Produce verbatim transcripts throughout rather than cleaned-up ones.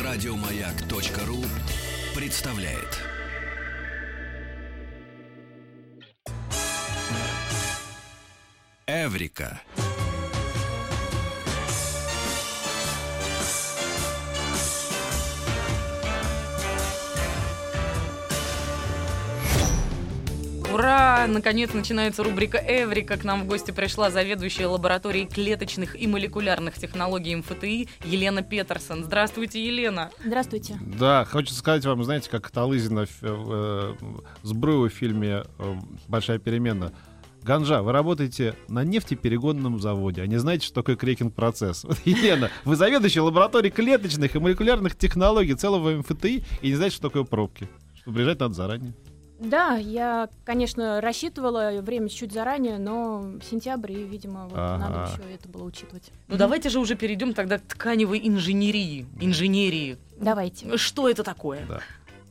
Радиомаяк.ру представляет. Эврика. Ура! Наконец начинается рубрика «Эврика». К нам в гости пришла заведующая лабораторией клеточных и молекулярных технологий эм эф тэ и Елена Петерсон. Здравствуйте, Елена. Здравствуйте. Да, хочется сказать вам, знаете, как Талызина в, э, с Брюлло в фильме э, «Большая перемена». Ганжа, вы работаете на нефтеперегонном заводе, а не знаете, что такое крекинг-процесс. Вот, Елена, вы заведующая лабораторией клеточных и молекулярных технологий целого эм эф тэ и и не знаете, что такое пробки. Чтобы приезжать надо заранее. Да, я, конечно, рассчитывала время чуть заранее, но сентябрь, и, видимо, вот Ага. надо еще это было учитывать. Ну давайте же уже перейдем тогда к тканевой инженерии. Инженерии. Давайте. Что это такое? Да.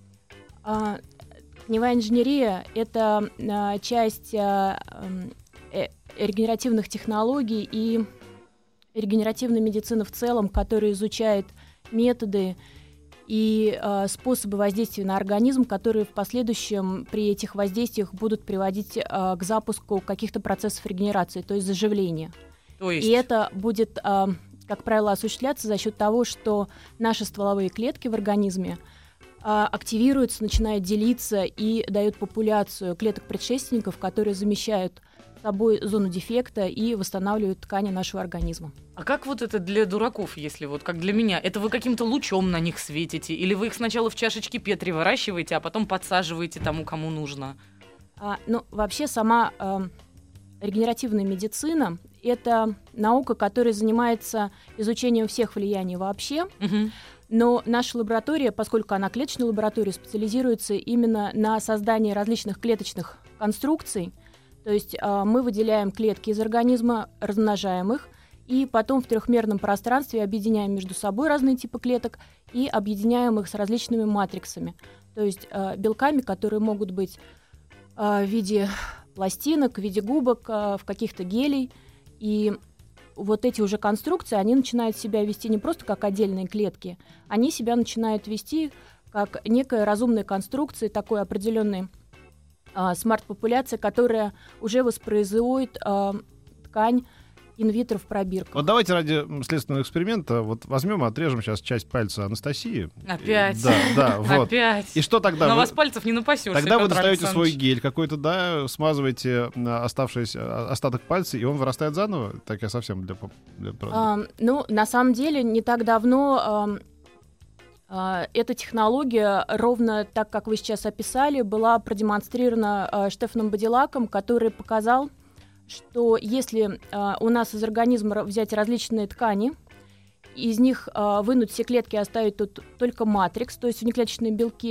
А, тканевая инженерия — это а, часть а, э, регенеративных технологий и регенеративной медицины в целом, которая изучает методы и э, способы воздействия на организм, которые в последующем при этих воздействиях будут приводить э, к запуску каких-то процессов регенерации, то есть заживления. То есть... И это будет, э, как правило, осуществляться за счет того, что наши стволовые клетки в организме э, активируются, начинают делиться и дают популяцию клеток-предшественников, которые замещают собой зону дефекта и восстанавливают ткани нашего организма. А как вот это для дураков, если вот как для меня? Это вы каким-то лучом на них светите? Или вы их сначала в чашечке Петри выращиваете, а потом подсаживаете тому, кому нужно? А, ну, вообще сама э, регенеративная медицина — это наука, которая занимается изучением всех влияний вообще. Угу. Но наша лаборатория, поскольку она клеточная лаборатория, специализируется именно на создании различных клеточных конструкций. То есть э, мы выделяем клетки из организма, размножаем их, и потом в трехмерном пространстве объединяем между собой разные типы клеток и объединяем их с различными матриксами. То есть э, белками, которые могут быть э, в виде пластинок, в виде губок, э, в каких-то гелей. И вот эти уже конструкции, они начинают себя вести не просто как отдельные клетки, они себя начинают вести как некая разумная конструкция, такой определенный смарт-популяция, которая уже воспроизводит э, ткань инвитро в пробирках. Вот давайте ради следственного эксперимента вот возьмем и отрежем сейчас часть пальца Анастасии. Опять? И, да, да, вот. Опять? И что тогда? Но вы... вас пальцев не напасешься. Тогда вы Петр достаете Александрович. свой гель какой-то, да, смазываете оставшийся остаток пальца, и он вырастает заново? Так я совсем для... для... А, ну, на самом деле, не так давно... А, эта технология, ровно так, как вы сейчас описали, была продемонстрирована э, Штефаном Бодилаком, который показал, что если э, у нас из организма взять различные ткани, из них э, вынуть все клетки и оставить тут только матрикс, то есть внеклеточные белки,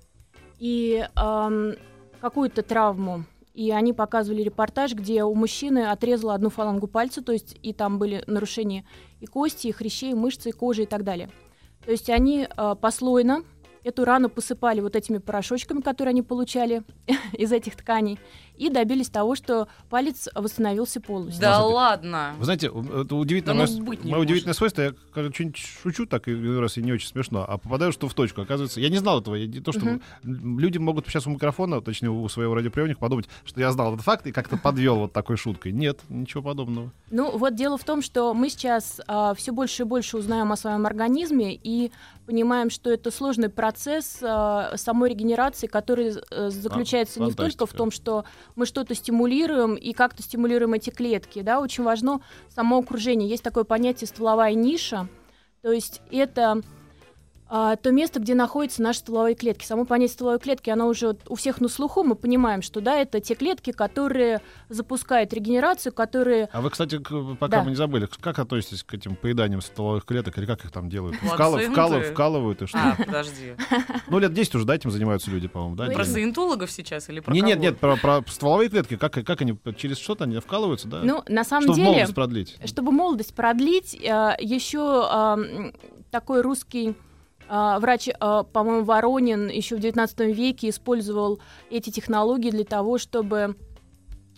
и э, какую-то травму, и они показывали репортаж, где у мужчины отрезала одну фалангу пальца, то есть и там были нарушения и кости, и хрящей, и мышцы, и кожи и так далее. То есть они э, послойно эту рану посыпали вот этими порошочками, которые они получали из этих тканей, и добились того, что палец восстановился полностью. Да Смотрите. ладно. Вы знаете, это удивительное, Да, мое, ну, быть не мое может. удивительное свойство, я когда что-нибудь шучу, так и раз и не очень смешно, а попадаю что в точку. Оказывается, я не знал этого. Я, не то, что Мгм. люди могут сейчас у микрофона, точнее у своего радиоприемника, подумать, что я знал этот факт и как-то подвел вот такой шуткой. Нет, ничего подобного. Ну, вот дело в том, что мы сейчас э, все больше и больше узнаем о своем организме и понимаем, что это сложный процесс э, самой регенерации, который э, заключается не фантастика. только в том, что мы что-то стимулируем и как-то стимулируем эти клетки. Да? Очень важно само окружение. Есть такое понятие стволовая ниша, то есть это а, то место, где находятся наши стволовые клетки. Само понятие стволовой клетки, оно уже у всех на слуху, мы понимаем, что да, это те клетки, которые запускают регенерацию, которые... А вы, кстати, к- пока Да. мы не забыли, как относитесь к этим поеданиям стволовых клеток или как их там делают? Плаценты. Вкалывают, вкалывают, вкалывают и что? А, подожди. Ну, лет десять уже, да, этим занимаются люди, по-моему, да? Вы- Про Не, саентологов сейчас или про не, нет, кого? нет, про, про стволовые клетки, как, как они, через что-то они вкалываются, да? Ну, на самом Чтобы деле... молодость продлить. Чтобы молодость продлить, э, еще э, такой русский э, врач, э, по-моему, Воронин еще в девятнадцатом веке использовал эти технологии для того, чтобы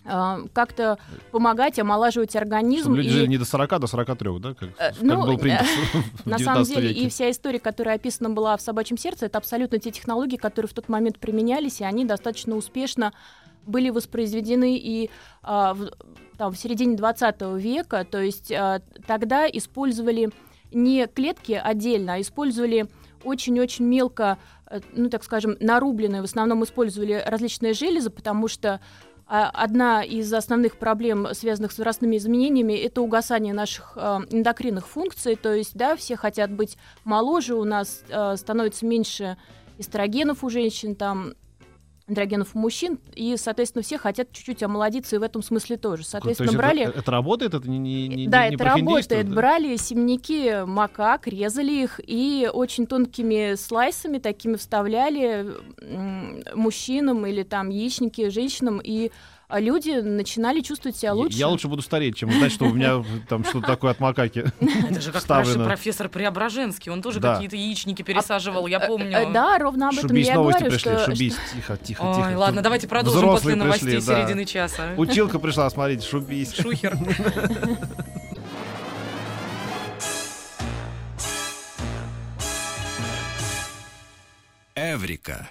как-то помогать, омолаживать организм. Чтобы люди и... жили не до сорока, до сорока трёх, да? Как, как ну, было принято в на самом деле, веке. и вся история, которая описана была в «Собачьем сердце», это абсолютно те технологии, которые в тот момент применялись, и они достаточно успешно были воспроизведены и а, в, там, в середине двадцатого века. То есть а, тогда использовали не клетки отдельно, а использовали очень-очень мелко, ну, так скажем, нарубленные, в основном использовали различные железы, потому что одна из основных проблем, связанных с возрастными изменениями, это угасание наших э, эндокринных функций. То есть, да, все хотят быть моложе, у нас э, становится меньше эстрогенов у женщин, там, андрогенов у мужчин, и, соответственно, все хотят чуть-чуть омолодиться, и в этом смысле тоже. Соответственно, брали... Это, это работает? Это не, не, не, да, не это работает. Да? Брали семенники макак, резали их и очень тонкими слайсами такими вставляли м- мужчинам или там яичники женщинам, и люди начинали чувствовать себя лучше. Я, я лучше буду стареть, чем знать, что у меня там что-то такое от макаки. Это же как профессор Преображенский, он тоже какие-то яичники пересаживал, я помню. Да, ровно об этом я говорю. Шубись, тихо, тихо, тихо. Ладно, давайте продолжим после новостей середины часа. Училка пришла, смотрите, шубись. Шухер. Эврика.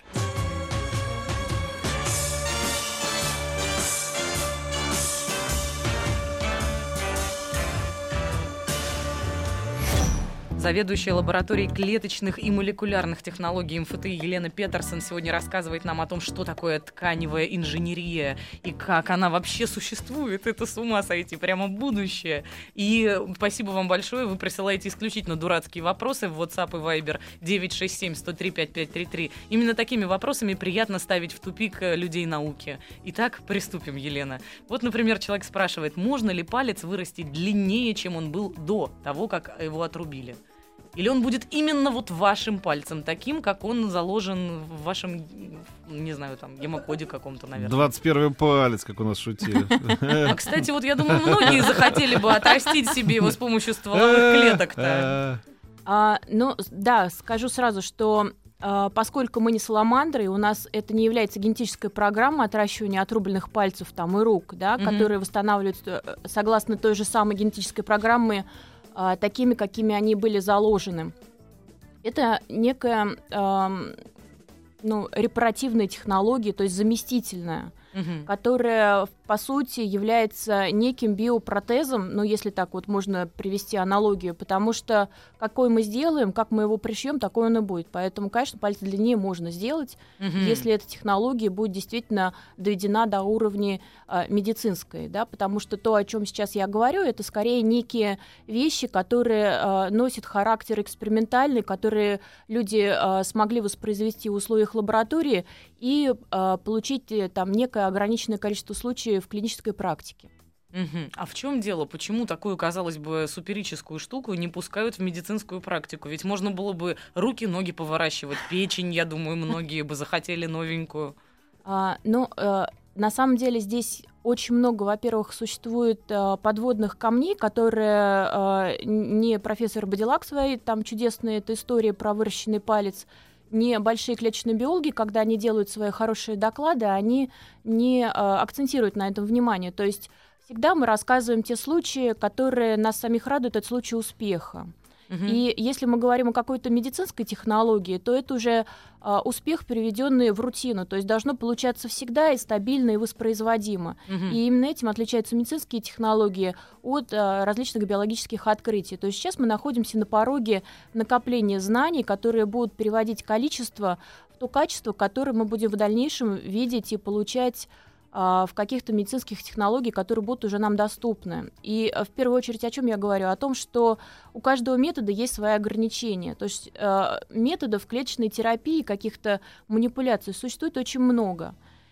Заведующая лабораторией клеточных и молекулярных технологий эм эф тэ и Елена Петерсон сегодня рассказывает нам о том, что такое тканевая инженерия и как она вообще существует. Это с ума сойти, прямо будущее. И спасибо вам большое, вы присылаете исключительно дурацкие вопросы в WhatsApp и Viber девять шесть семь сто три пять пять три три. Именно такими вопросами приятно ставить в тупик людей науки. Итак, приступим, Елена. Вот, например, человек спрашивает, можно ли палец вырастить длиннее, чем он был до того, как его отрубили? Или он будет именно вот вашим пальцем, таким, как он заложен в вашем, не знаю, там, гемокоде каком-то, наверное. двадцать первый палец, как у нас шутили. А, кстати, вот я думаю, многие захотели бы отрастить себе его с помощью стволовых клеток-то. А, ну, да, скажу сразу, что а, поскольку мы не саламандры, и у нас это не является генетической программой отращивания отрубленных пальцев там, и рук, да, mm-hmm. которые восстанавливаются согласно той же самой генетической программе, такими, какими они были заложены. Это некая э, ну, репаративная технология, то есть заместительная, угу. которая, по сути, является неким биопротезом, ну, если так вот можно привести аналогию, потому что какой мы сделаем, как мы его пришьем, такой он и будет. Поэтому, конечно, палец длиннее можно сделать, угу. если эта технология будет действительно доведена до уровня э, медицинской, да, потому что то, о чем сейчас я говорю, это скорее некие вещи, которые э, носят характер экспериментальный, которые люди э, смогли воспроизвести в условиях лаборатории и э, получить э, там некое ограниченное количество случаев в клинической практике. Угу. А в чем дело? Почему такую, казалось бы, суперическую штуку не пускают в медицинскую практику? Ведь можно было бы руки, ноги поворачивать, печень, я думаю, многие бы захотели новенькую. А, ну, э, на самом деле здесь очень много, во-первых, существует э, подводных камней, которые э, не профессор Бодилак своей там чудесные эта история про выращенный палец, не большие клеточные биологи, когда они делают свои хорошие доклады, они не э, акцентируют на этом внимание. То есть всегда мы рассказываем те случаи, которые нас самих радуют, это случаи успеха. Uh-huh. И если мы говорим о какой-то медицинской технологии, то это уже а, успех, переведенный в рутину. То есть должно получаться всегда и стабильно, и воспроизводимо. Uh-huh. И именно этим отличаются медицинские технологии от а, различных биологических открытий. То есть сейчас мы находимся на пороге накопления знаний, которые будут переводить количество в то качество, которое мы будем в дальнейшем видеть и получать в каких-то медицинских технологиях, которые будут уже нам доступны. И в первую очередь о чем я говорю? О том, что у каждого метода есть свои ограничения. То есть э, методов клеточной терапии, каких-то манипуляций существует очень много.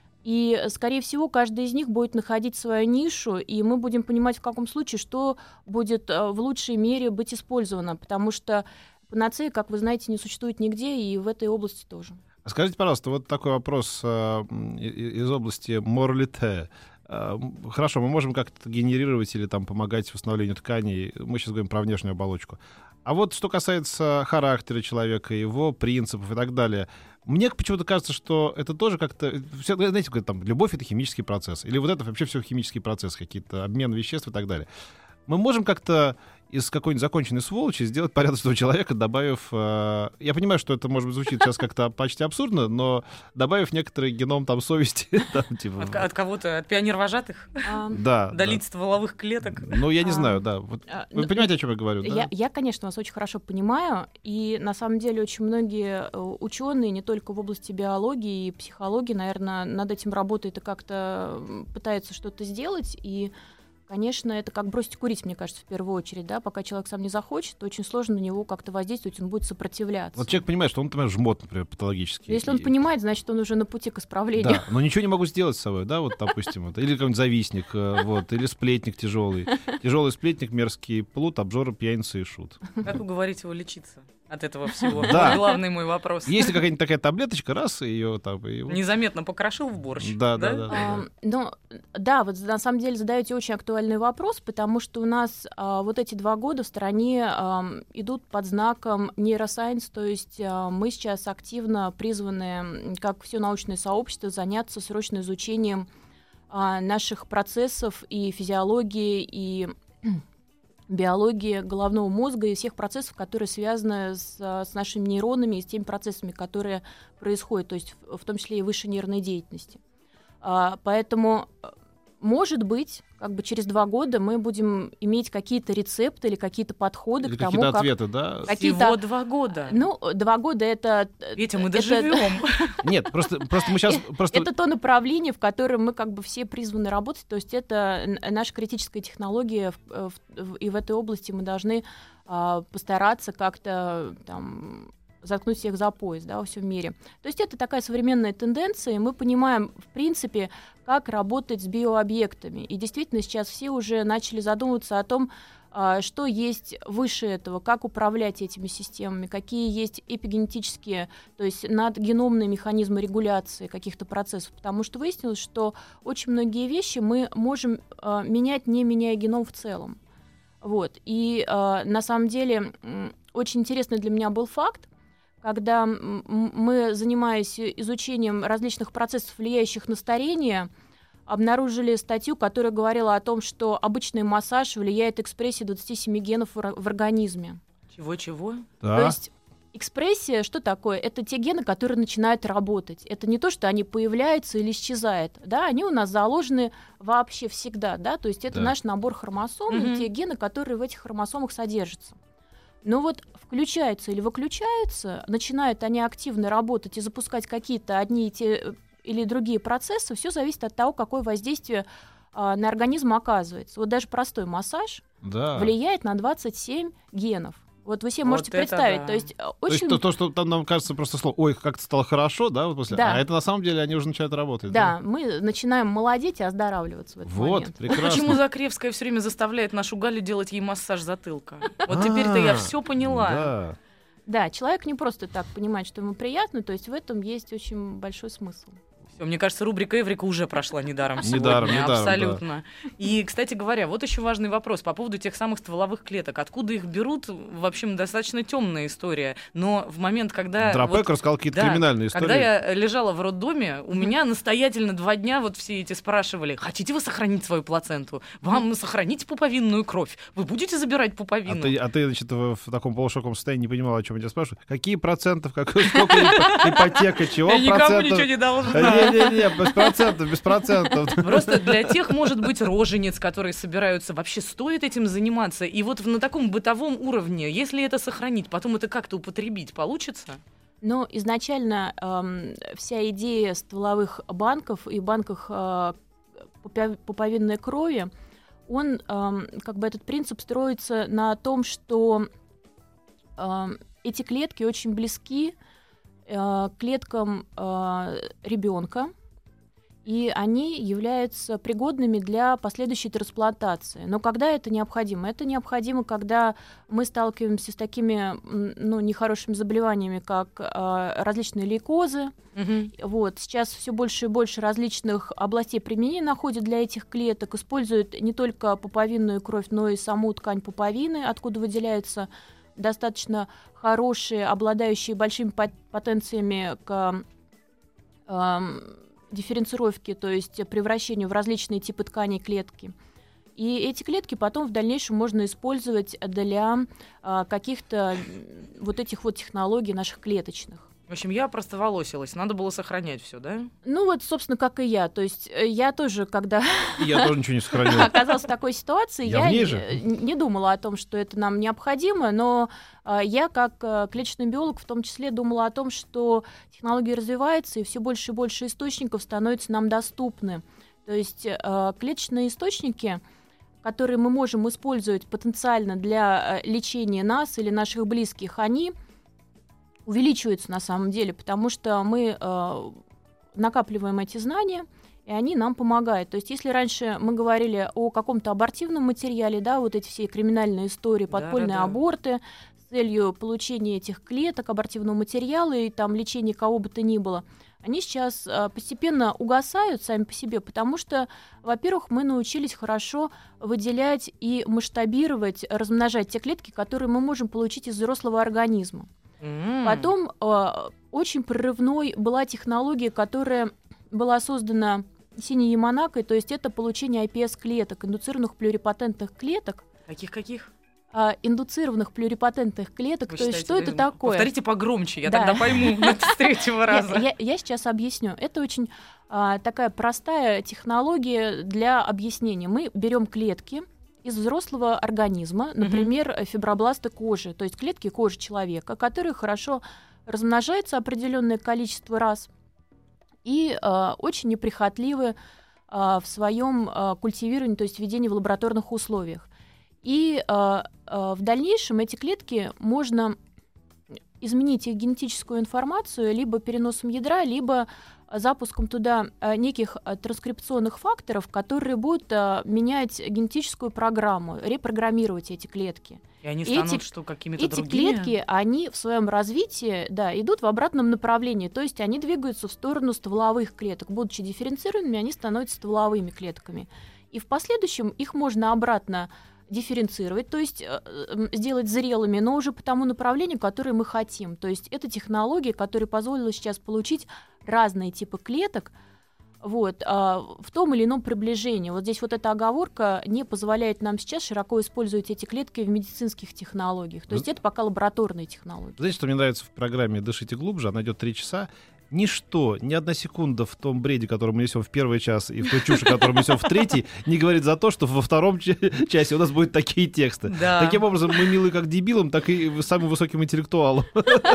И, скорее всего, каждый из них будет находить свою нишу, и мы будем понимать, в каком случае, что будет э, в лучшей мере быть использовано. Потому что панацеи, как вы знаете, не существует нигде, и в этой области тоже. Скажите, пожалуйста, вот такой вопрос э, из области моралите. э, хорошо, мы можем как-то генерировать или там помогать восстановлению тканей. Мы сейчас говорим про внешнюю оболочку. А вот что касается характера человека, его принципов и так далее, мне почему-то кажется, что это тоже как-то... Все, знаете, там, любовь — это химический процесс. Или вот это вообще все химические процессы, какие-то обмен веществ и так далее. Мы можем как-то из какой-нибудь законченной сволочи сделать порядочного человека, добавив... Э, я понимаю, что это, может быть, звучит сейчас как-то почти абсурдно, но добавив некоторый геном там совести. Там, типа, от, от кого-то, от пионер-вожатых? Да. До лиц стволовых клеток? Ну, я не знаю, да. Вот, вы понимаете, о чем я говорю? Да? Я, я, конечно, вас очень хорошо понимаю, и на самом деле очень многие ученые, не только в области биологии и психологии, наверное, над этим работают и как-то пытаются что-то сделать, и конечно, это как бросить курить, мне кажется, в первую очередь, да, пока человек сам не захочет, то очень сложно на него как-то воздействовать, он будет сопротивляться. Вот человек понимает, что он, например, жмот, например, патологический. Если он и... понимает, значит, он уже на пути к исправлению. Да, но ничего не могу сделать с собой, да, вот, допустим, вот. Или какой-нибудь завистник, вот, или сплетник тяжелый. Тяжелый сплетник, мерзкий плут, обжора, пьяница и шут. Как уговорить его лечиться от этого всего? Да. Главный мой вопрос. Есть ли какая-нибудь такая таблеточка, раз, и ее там... И... Незаметно покрошил в борщ. Да, да, да. да. да, А, да. ну, да, вот на самом деле задаете очень актуальный вопрос, потому что у нас а, вот эти два года в стране а, идут под знаком нейросайенс, то есть а, мы сейчас активно призваны, как все научное сообщество, заняться срочно изучением а, наших процессов и физиологии, и биологии головного мозга и всех процессов, которые связаны с, с нашими нейронами и с теми процессами, которые происходят, то есть в, в том числе и высшей нервной деятельности. А, поэтому, может быть, как бы через два года мы будем иметь какие-то рецепты или какие-то подходы Или к тому, какие-то как... ответы, да? Какие-то... Всего два года. Ну, два года — это... Витя, мы это- доживем. Нет, просто, просто мы сейчас... Просто... Это то направление, в котором мы как бы все призваны работать, то есть это н- наша критическая технология, в- в- и в этой области мы должны а, постараться как-то там заткнуть всех за пояс, да, во всем мире. То есть это такая современная тенденция, и мы понимаем, в принципе, как работать с биообъектами. И действительно сейчас все уже начали задумываться о том, а, что есть выше этого, как управлять этими системами, какие есть эпигенетические, то есть надгеномные механизмы регуляции каких-то процессов, потому что выяснилось, что очень многие вещи мы можем а, менять, не меняя геном в целом. Вот. И а, на самом деле м, очень интересный для меня был факт, когда м, мы, занимаясь изучением различных процессов, влияющих на старение, обнаружили статью, которая говорила о том, что обычный массаж влияет экспрессией двадцати семи генов в, ор- в организме. Чего-чего? Да. То есть экспрессия, что такое? Это те гены, которые начинают работать. Это не то, что они появляются или исчезают. Да? Они у нас заложены вообще всегда. Да? То есть это Да. наш набор хромосом, Мгм. и те гены, которые в этих хромосомах содержатся. Но вот включаются или выключаются, начинают они активно работать и запускать какие-то одни и те или другие процессы, все зависит от того, какое воздействие а, на организм оказывается. Вот даже простой массаж Да. влияет на двадцать семь генов. Вот вы себе Вот можете это представить. да. То есть, э, То очень... есть то, то, что там нам кажется просто слово, ой, как-то стало хорошо, да, вот после... Да. а это на самом деле они уже начинают работать. Да, мы начинаем молодеть и оздоравливаться в этот Вот, момент. прекрасно. Почему Закревская все время заставляет нашу Галю делать ей массаж затылка? Вот теперь-то я А, все поняла. Да. Да, человек не просто так понимает, что ему приятно, то есть в этом есть очень большой смысл. Всё, мне кажется, рубрика Эврика уже прошла недаром сегодня. Недаром, недаром, Абсолютно. И, кстати говоря, вот еще важный вопрос по поводу тех самых стволовых клеток. Откуда их берут? В общем, достаточно темная история. Но в момент, когда... Дропек вот- рассказал какие-то Да, криминальные истории. Когда я лежала в роддоме, у меня настоятельно два дня вот все эти спрашивали: хотите вы сохранить свою плаценту? Вам сохранить пуповинную кровь? Вы будете забирать А пуповину? ты, а ты, значит, в, в таком полушоковом состоянии не понимала, о чем я тебя спрашиваю. Какие процентов, как, сколько ипо- ипотека, чего Я никому процентов? ничего не должна. Не-не-не, без процентов, без процентов. Просто для тех, может быть, рожениц, которые собираются, вообще стоит этим заниматься. И вот на таком бытовом уровне, если это сохранить, потом это как-то употребить, получится? Но изначально эм, вся идея стволовых банков и банков э, пупя- пуповинной крови, он, эм, как бы этот принцип строится на том, что эм, эти клетки очень близки э, к клеткам э, ребенка. и они являются пригодными для последующей трансплантации. Но когда это необходимо? Это необходимо, когда мы сталкиваемся с такими ну, нехорошими заболеваниями, как э, различные лейкозы. Угу. Вот. Сейчас все больше и больше различных областей применения находят для этих клеток, используют не только пуповинную кровь, но и саму ткань пуповины, откуда выделяются достаточно хорошие, обладающие большими потенциями к э, дифференцировки, то есть превращению в различные типы тканей клетки. И эти клетки потом в дальнейшем можно использовать для а, каких-то вот этих вот технологий наших клеточных. В общем, я простоволосилась, надо было сохранять все, да? Ну вот, собственно, как и я. То есть я тоже, когда я тоже ничего не сохранил. Оказалась в такой ситуации, я, я не, не думала о том, что это нам необходимо, но а, я, как а, клеточный биолог, в том числе думала о том, что технология развивается, и все больше и больше источников становятся нам доступны. То есть а, клеточные источники, которые мы можем использовать потенциально для а, лечения нас или наших близких, они увеличиваются на самом деле, потому что мы э, накапливаем эти знания, и они нам помогают. То есть если раньше мы говорили о каком-то абортивном материале, да, вот эти все криминальные истории, подпольные да, да, да. аборты с целью получения этих клеток, абортивного материала и там лечения кого бы то ни было, они сейчас э, постепенно угасают сами по себе, потому что, во-первых, мы научились хорошо выделять и масштабировать, размножать те клетки, которые мы можем получить из взрослого организма. Mm. Потом э, очень прорывной была технология, которая была создана Синей Яманакой, то есть это получение ай пи эс-клеток, индуцированных плюрипатентных клеток. Каких-каких? Э, индуцированных плюрипатентных клеток. Вы то считаете, есть что это такое? Повторите погромче, я да. тогда пойму с третьего раза. Я, я, я сейчас объясню. Это очень э, такая простая технология для объяснения. Мы берем клетки из взрослого организма, например, mm-hmm. фибробласты кожи, то есть клетки кожи человека, которые хорошо размножаются определенное количество раз и э, очень неприхотливы э, в своем э, культивировании, то есть ведении в лабораторных условиях. И э, э, в дальнейшем эти клетки можно изменить их генетическую информацию либо переносом ядра, либо запуском туда неких транскрипционных факторов, которые будут менять генетическую программу, репрограммировать эти клетки. И они станут эти, что, какими-то эти другими? Эти клетки, они в своем развитии, да, идут в обратном направлении, то есть они двигаются в сторону стволовых клеток. Будучи дифференцированными, они становятся стволовыми клетками. И в последующем их можно обратно дифференцировать, то есть э, сделать зрелыми, но уже по тому направлению, которое мы хотим. То есть это технология, которая позволила сейчас получить разные типы клеток вот, э, в том или ином приближении. Вот здесь вот эта оговорка не позволяет нам сейчас широко использовать эти клетки в медицинских технологиях. То есть это пока лабораторные технологии. Знаете, что мне нравится в программе «Дышите глубже»? Она идет три часа. Ничто, ни одна секунда в том бреде, который мы несем в первый час, и в той чуши, которую мы несем в третий, не говорит за то, что во втором часе у нас будут такие тексты. Да. Таким образом, мы милы как дебилам, так и самым высоким интеллектуалам.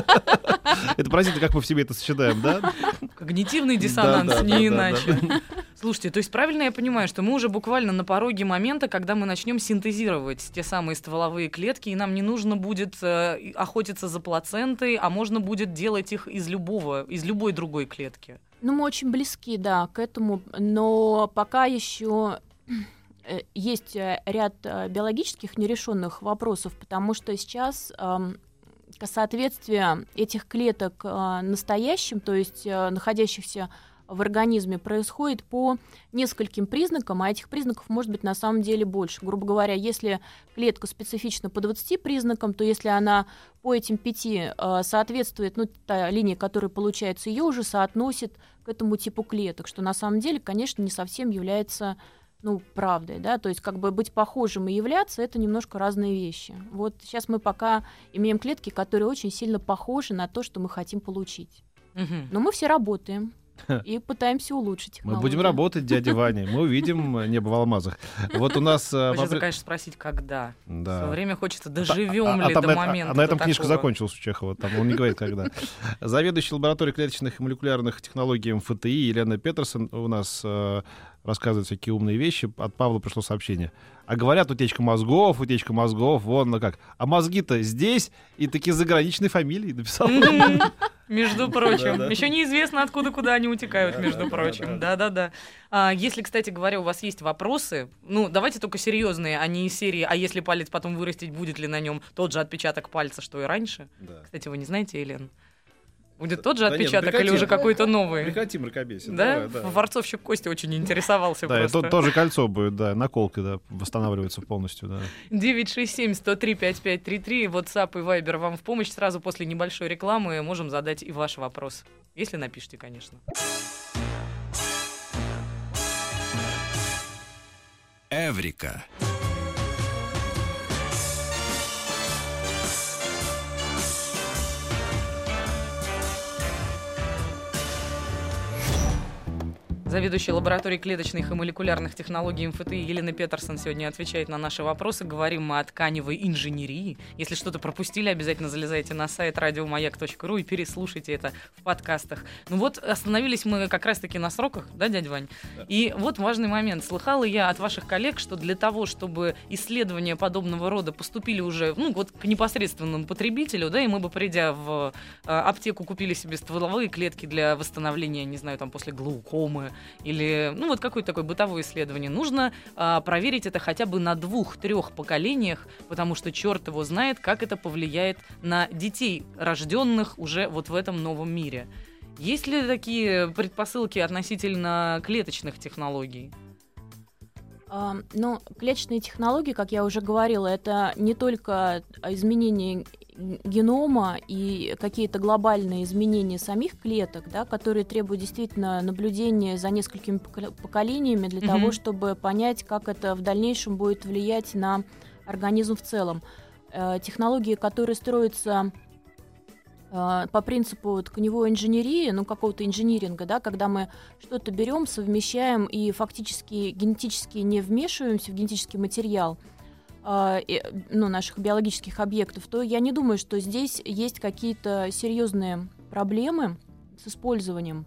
Это поразительно, как мы в себе это сочетаем, да? Когнитивный диссонанс, не иначе. Слушайте, то есть правильно я понимаю, что мы уже буквально на пороге момента, когда мы начнем синтезировать те самые стволовые клетки, и нам не нужно будет э, охотиться за плацентой, а можно будет делать их из любого, из любой другой клетки. Ну, мы очень близки, да, к этому, но пока еще есть ряд биологических нерешенных вопросов, потому что сейчас э, соответствие этих клеток э, настоящим, то есть э, находящихся в организме, происходит по нескольким признакам, а этих признаков может быть на самом деле больше. Грубо говоря, если клетка специфична по двадцати признакам, то если она по этим пяти э, соответствует, ну, та линия, которая получается, ее уже соотносит к этому типу клеток, что на самом деле, конечно, не совсем является, ну, правдой, да, то есть как бы быть похожим и являться — это немножко разные вещи. Вот сейчас мы пока имеем клетки, которые очень сильно похожи на то, что мы хотим получить. Угу. Но мы все работаем и пытаемся улучшить технологию. Мы будем работать, дядя Ваня. Мы увидим небо в алмазах. Вот у нас... Хочется, конечно, спросить, когда. Да. Все время хочется, доживем а, ли а, а, до а, момента. А на этом до книжка такого. закончилась у Чехова. Там он не говорит, когда. Заведующая лабораторией клеточных и молекулярных технологий эм эф тэ и Елена Петерсон у нас э, рассказывает всякие умные вещи. От Павла пришло сообщение. А говорят, утечка мозгов, утечка мозгов, вон, ну как. А мозги-то здесь, и такие заграничные фамилии написал. Между прочим. Еще неизвестно, откуда куда они утекают, между прочим. Да-да-да. Если, кстати говоря, у вас есть вопросы, ну, давайте только серьезные, а не из серии, а если палец потом вырастить, будет ли на нем тот же отпечаток пальца, что и раньше? Кстати, вы не знаете, Елена? Будет тот же да отпечаток нет, или уже какой-то новый? Прекрати мракобесие. Да? Давай, да. Форцовщик Костя очень интересовался да, просто. Да, и тоже кольцо будет, да, наколка, да, восстанавливается полностью, да. девять шесть семь сто три пятьдесят пять тридцать три, WhatsApp и Viber вам в помощь. Сразу после небольшой рекламы можем задать и ваш вопрос. Если напишите, конечно. Эврика. Заведующая лабораторией клеточных и молекулярных технологий эм эф тэ и Елена Петерсон сегодня отвечает на наши вопросы. Говорим мы о тканевой инженерии. Если что-то пропустили, обязательно залезайте на сайт радиомаяк точка ру и переслушайте это в подкастах. Ну вот, остановились мы как раз-таки на сроках, да, дядя Вань? Да. И вот важный момент. Слыхала я от ваших коллег, что для того, чтобы исследования подобного рода поступили уже, ну, вот к непосредственному потребителю, да, и мы бы, придя в э, аптеку, купили себе стволовые клетки для восстановления, не знаю, там, после глаукомы, или, ну, вот какое-то такое бытовое исследование. Нужно а, проверить это хотя бы на двух-трех поколениях, потому что черт его знает, как это повлияет на детей, рожденных уже вот в этом новом мире. Есть ли такие предпосылки относительно клеточных технологий? Uh, ну, клеточные технологии, как я уже говорила, это не только изменение генома и какие-то глобальные изменения самих клеток, да, которые требуют действительно наблюдения за несколькими поколениями для mm-hmm. того, чтобы понять, как это в дальнейшем будет влиять на организм в целом. Uh, технологии, которые строятся по принципу тканевой инженерии, ну, какого-то инжиниринга, да, когда мы что-то берем, совмещаем и фактически генетически не вмешиваемся в генетический материал э, ну, наших биологических объектов, то я не думаю, что здесь есть какие-то серьезные проблемы с использованием.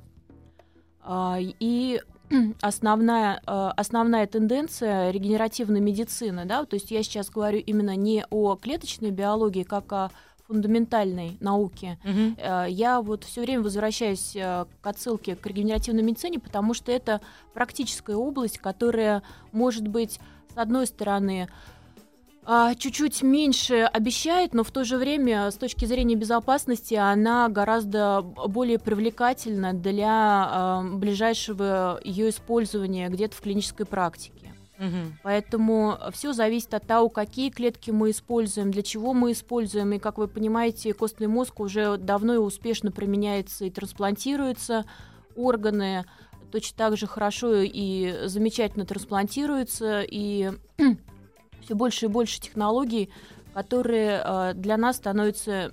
Э, и основная, э, основная тенденция регенеративной медицины, да, то есть я сейчас говорю именно не о клеточной биологии, как о фундаментальной науки. Uh-huh. Я вот все время возвращаюсь к отсылке к регенеративной медицине, потому что это практическая область, которая может быть, с одной стороны, чуть-чуть меньше обещает, но в то же время с точки зрения безопасности она гораздо более привлекательна для ближайшего ее использования где-то в клинической практике. Угу. Поэтому все зависит от того, какие клетки мы используем, для чего мы используем. И, как вы понимаете, костный мозг уже давно и успешно применяется и трансплантируется. Органы точно так же хорошо и замечательно трансплантируются. И все больше и больше технологий, которые для нас становятся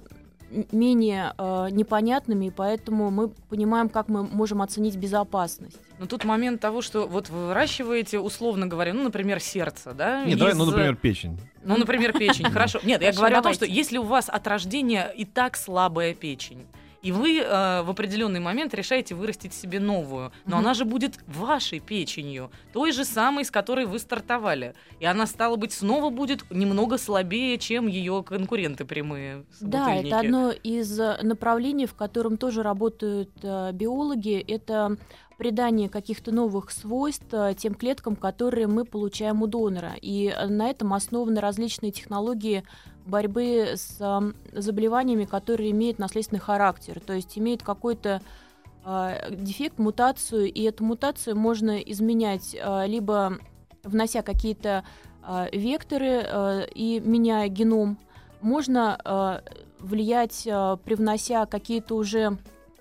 менее э, непонятными, и поэтому мы понимаем, как мы можем оценить безопасность. Но тут момент того, что вот вы выращиваете, условно говоря, ну, например, сердце, да? Нет, из... давай, ну, например, печень. Ну, например, печень, хорошо. Нет, я говорю о том, что если у вас от рождения и так слабая печень, и вы э, в определенный момент решаете вырастить себе новую, но mm-hmm. она же будет вашей печенью, той же самой, с которой вы стартовали. И она, стало быть, снова будет немного слабее, чем ее конкуренты прямые. Да, это одно из направлений, в котором тоже работают э, биологи. Это придание каких-то новых свойств э, тем клеткам, которые мы получаем у донора. И на этом основаны различные технологии борьбы с э, заболеваниями, которые имеют наследственный характер, то есть имеют какой-то э, дефект, мутацию, и эту мутацию можно изменять э, либо внося какие-то э, векторы э, и меняя геном, можно э, влиять, э, привнося какие-то уже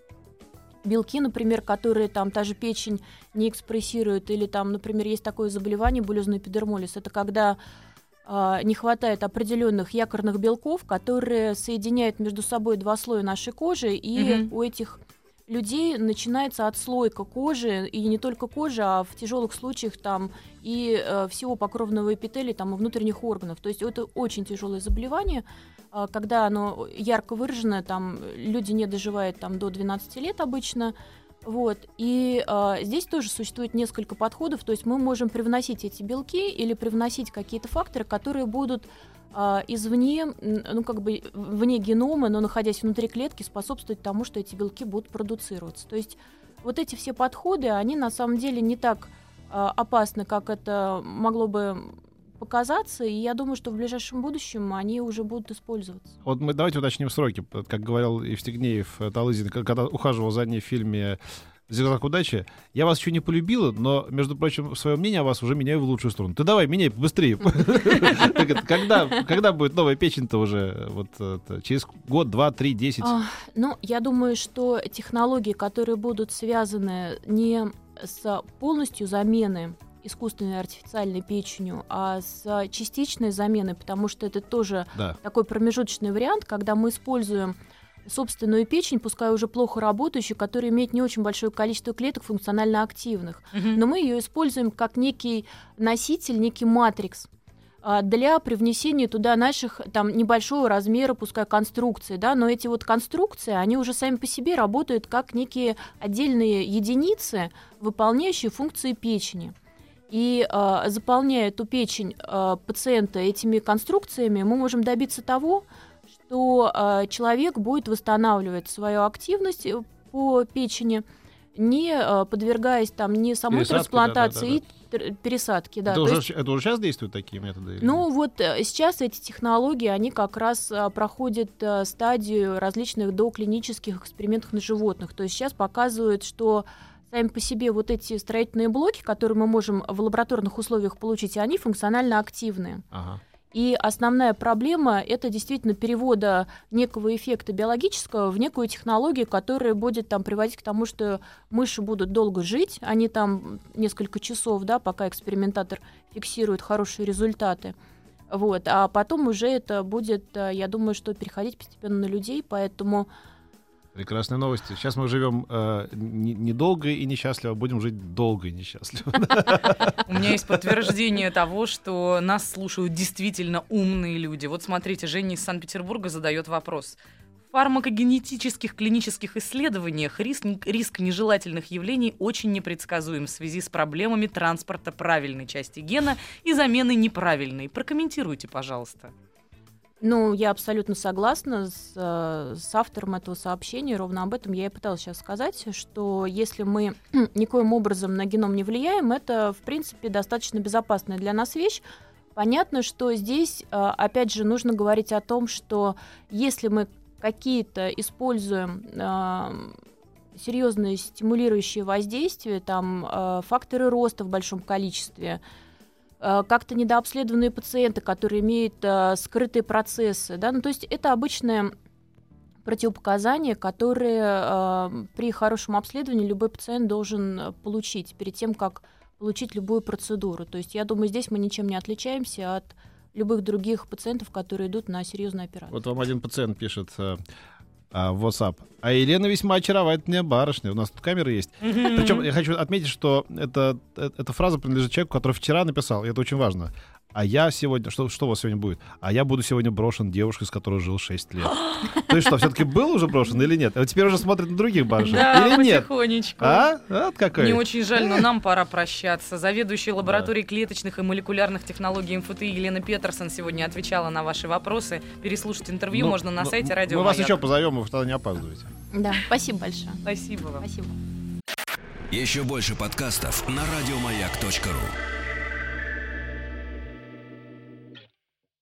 белки, например, которые там та же печень не экспрессирует, или там, например, есть такое заболевание буллезный эпидермолиз, это когда не хватает определенных якорных белков, которые соединяют между собой два слоя нашей кожи, и mm-hmm. у этих людей начинается отслойка кожи, и не только кожи, а в тяжелых случаях там и э, всего покровного эпителия, там, и внутренних органов. То есть это очень тяжелое заболевание, э, когда оно ярко выражено, там люди не доживают там, до двенадцати лет обычно, Вот. И э, здесь тоже существует несколько подходов, то есть мы можем привносить эти белки или привносить какие-то факторы, которые будут э, извне, ну как бы вне генома, но находясь внутри клетки, способствовать тому, что эти белки будут продуцироваться. То есть вот эти все подходы, они на самом деле не так э, опасны, как это могло бы показаться, и я думаю, что в ближайшем будущем они уже будут использоваться. Вот мы давайте уточним сроки. Как говорил Евстигнеев, Талызин, когда ухаживал за ней в фильме «Зигзаг удачи», я вас еще не полюбила, но, между прочим, свое мнение о вас уже меняю в лучшую сторону. Ты давай, меняй быстрее. Когда будет новая печень-то уже? Через год, два, три, десять? Ну, я думаю, что технологии, которые будут связаны не с полностью заменой искусственной артифициальной печенью, а с частичной заменой, потому что это тоже да. такой промежуточный вариант, когда мы используем собственную печень, пускай уже плохо работающую, которая имеет не очень большое количество клеток функционально активных, mm-hmm. но мы ее используем как некий носитель, некий матрикс для привнесения туда наших там небольшого размера, пускай конструкции, да, но эти вот конструкции, они уже сами по себе работают как некие отдельные единицы, выполняющие функции печени. И э, заполняя эту печень э, пациента этими конструкциями, мы можем добиться того, что э, человек будет восстанавливать свою активность по печени, не э, подвергаясь там ни самой пересадки, трансплантации, да, да, да, да. и пересадке. Да. Это, уже, есть, это уже сейчас действуют такие методы? Ну вот э, сейчас эти технологии, они как раз э, проходят э, стадию различных доклинических экспериментов на животных. То есть сейчас показывают, что сами по себе вот эти строительные блоки, которые мы можем в лабораторных условиях получить, они функционально активны. Ага. И основная проблема — это действительно перевода некого эффекта биологического в некую технологию, которая будет там приводить к тому, что мыши будут долго жить, они там несколько часов, да, пока экспериментатор фиксирует хорошие результаты. Вот. А потом уже это будет, я думаю, что переходить постепенно на людей, поэтому... Прекрасные новости. Сейчас мы живем э, недолго и несчастливо, будем жить долго и несчастливо. У меня есть подтверждение того, что нас слушают действительно умные люди. Вот смотрите, Женя из Санкт-Петербурга задает вопрос. В фармакогенетических клинических исследованиях риск, риск нежелательных явлений очень непредсказуем в связи с проблемами транспорта правильной части гена и замены неправильной. Прокомментируйте, пожалуйста. Ну, я абсолютно согласна с, с автором этого сообщения. Ровно об этом я и пыталась сейчас сказать, что если мы никоим образом на геном не влияем, это, в принципе, достаточно безопасная для нас вещь. Понятно, что здесь, опять же, нужно говорить о том, что если мы какие-то используем серьезные стимулирующие воздействия, там факторы роста в большом количестве, как-то недообследованные пациенты, которые имеют э, скрытые процессы. Да? Ну, то есть это обычное противопоказание, которое э, при хорошем обследовании любой пациент должен получить перед тем, как получить любую процедуру. То есть я думаю, здесь мы ничем не отличаемся от любых других пациентов, которые идут на серьезную операцию. Вот вам один пациент пишет э, э, в WhatsApp. А Елена весьма очаровательная барышня. У нас тут камеры есть. Mm-hmm. Причем я хочу отметить, что это, эта фраза принадлежит человеку, который вчера написал, и это очень важно. А я сегодня... Что, что у вас сегодня будет? А я буду сегодня брошен девушкой, с которой жил шесть лет. То есть что, все-таки был уже брошен или нет? А теперь уже смотрит на других барышень. Да, или нет? потихонечку. А? Вот какой. Мне очень жаль, но нам пора прощаться. Заведующая лабораторией да. клеточных и молекулярных технологий эм эф тэ и Елена Петерсон сегодня отвечала на ваши вопросы. Переслушать интервью ну, можно на ну, сайте Радио Мы Маяк. вас еще позовем, вы тогда не опаздываете. Да, спасибо большое. Спасибо вам. Спасибо. Еще больше подкастов на радиомаяк точка ру.